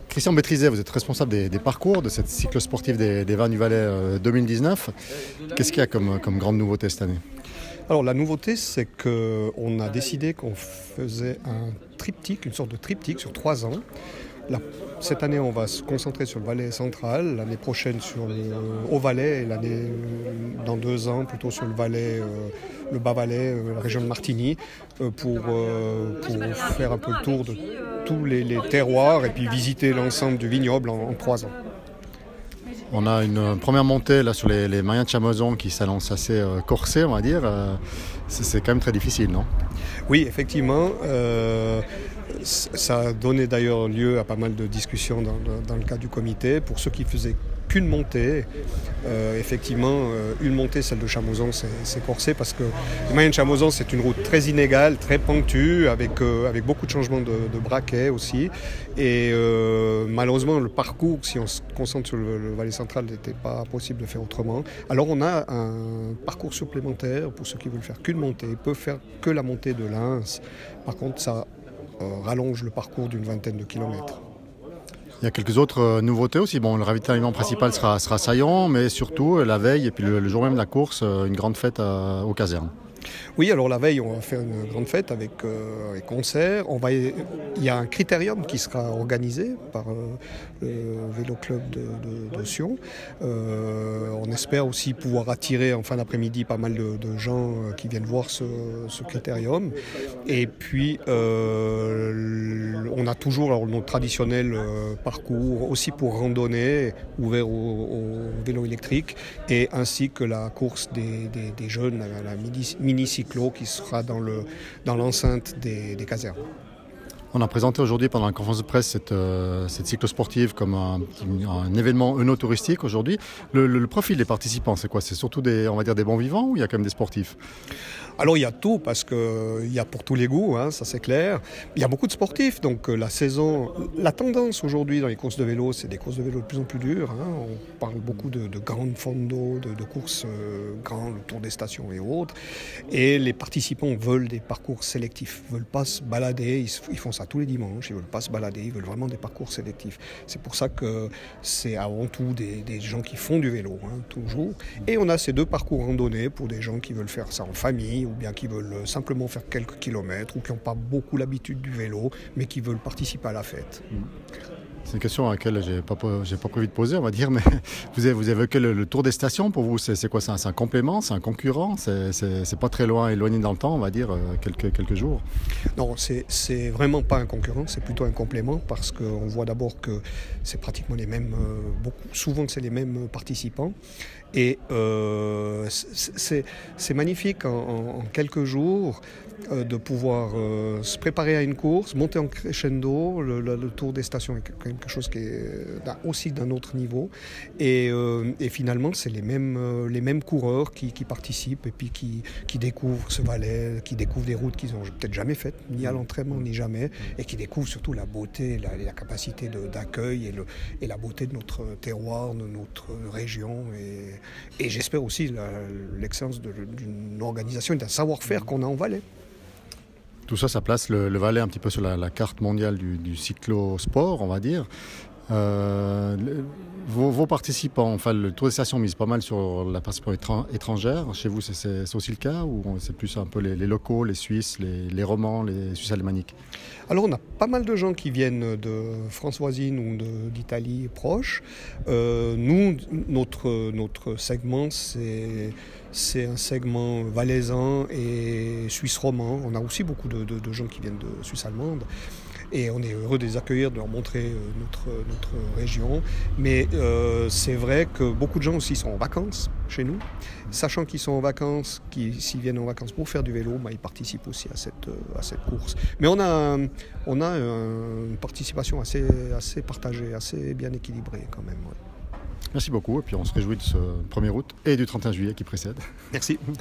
Christian Bétrizet, vous êtes responsable des parcours de cette cyclosportive des Vins du Valais 2019. Qu'est-ce qu'il y a comme grande nouveauté cette année? Alors la nouveauté, c'est qu'on a décidé qu'on faisait un triptyque, une sorte de triptyque sur 3 ans. Cette année, on va se concentrer sur le Valais central, l'année prochaine sur le Haut-Valais et dans 2 ans plutôt sur le Valais, le Bas-Valais, la région de Martigny, pour faire un peu le tour de tous les terroirs et puis visiter l'ensemble du vignoble en 3 ans. On a une première montée là sur les Mariens de Chamoison qui s'annonce assez corsée, on va dire. C'est quand même très difficile, non? Oui, effectivement. Ça a donné d'ailleurs lieu à pas mal de discussions dans le cadre du comité. Pour ceux qui faisaient qu'une montée, effectivement, une montée, celle de Chamoison, c'est corsé parce que les Mariens de Chamoison, c'est une route très inégale, très ponctue, avec beaucoup de changements de braquets aussi. Et malheureusement, le parcours, si on se concentre sur le Valais central, n'était pas possible de faire autrement. Alors on a un parcours supplémentaire pour ceux qui veulent faire qu'une montée. Ils peuvent faire que la montée de l'Ins. Par contre, ça rallonge le parcours d'une 20aine de kilomètres. Il y a quelques autres nouveautés aussi. Bon, le ravitaillement principal sera saillant, mais surtout la veille et puis le jour même de la course, une grande fête aux casernes. Oui, alors la veille, on va faire une grande fête avec concerts. Il y a un critérium qui sera organisé par le Vélo Club de Sion. On espère aussi pouvoir attirer en fin d'après-midi pas mal de gens qui viennent voir ce critérium. Et puis, on a toujours notre traditionnel parcours aussi pour randonnée, ouvert au vélo électrique, et ainsi que la course des jeunes, la mini-cyclo qui sera dans l'enceinte des casernes. On a présenté aujourd'hui pendant la conférence de presse cette cyclosportive comme un événement œnotouristique aujourd'hui. Le profil des participants, c'est quoi? C'est surtout des bons vivants ou il y a quand même des sportifs? Alors il y a tout, parce qu'il y a pour tous les goûts, ça c'est clair. Il y a beaucoup de sportifs, donc la tendance aujourd'hui dans les courses de vélo, c'est des courses de vélo de plus en plus dures. On parle beaucoup de grandes fondos, de courses grandes, le tour des stations et autres. Et les participants veulent des parcours sélectifs, veulent pas se balader, ils font ça tous les dimanches, ils veulent pas se balader, ils veulent vraiment des parcours sélectifs. C'est pour ça que c'est avant tout des gens qui font du vélo, toujours. Et on a ces 2 parcours randonnés pour des gens qui veulent faire ça en famille, ou bien qui veulent simplement faire quelques kilomètres, ou qui n'ont pas beaucoup l'habitude du vélo, mais qui veulent participer à la fête. C'est une question à laquelle j'ai pas prévu de poser, on va dire, mais vous évoquez le tour des stations. Pour vous, c'est quoi? C'est un complément, c'est un concurrent? C'est pas très éloigné dans le temps, on va dire, quelques jours? Non, c'est vraiment pas un concurrent, c'est plutôt un complément, parce qu'on voit d'abord que c'est pratiquement les mêmes, souvent c'est les mêmes participants. Et c'est magnifique en quelques jours de pouvoir se préparer à une course, monter en crescendo. Le tour des stations est quelque chose qui est aussi d'un autre niveau. Et finalement, c'est les mêmes coureurs qui participent et puis qui découvrent ce Valais, qui découvrent des routes qu'ils n'ont peut-être jamais faites, ni à l'entraînement, ni jamais, et qui découvrent surtout la beauté, la capacité d'accueil et la beauté de notre terroir, de notre région. Et j'espère aussi l'excellence d'une organisation et d'un savoir-faire qu'on a en Valais. Tout ça, ça place le Valais un petit peu sur la carte mondiale du cyclosport, on va dire. Vos participants, enfin le Tour des stations mise pas mal sur la participation étrangère. Chez vous, c'est aussi le cas, ou c'est plus un peu les locaux, les Suisses, les Romans, les Suisses alémaniques? Alors on a pas mal de gens qui viennent de France voisine ou d'Italie proche. Nous, notre segment, c'est un segment valaisan et suisse romand. On a aussi beaucoup de gens qui viennent de Suisse allemande. Et on est heureux de les accueillir, de leur montrer notre région. Mais c'est vrai que beaucoup de gens aussi sont en vacances chez nous. Sachant qu'ils sont en vacances, s'ils viennent en vacances pour faire du vélo, ils participent aussi à cette course. Mais on a une participation assez partagée, assez bien équilibrée quand même. Ouais. Merci beaucoup, et puis on se réjouit de ce 1er août et du 31 juillet qui précède. Merci.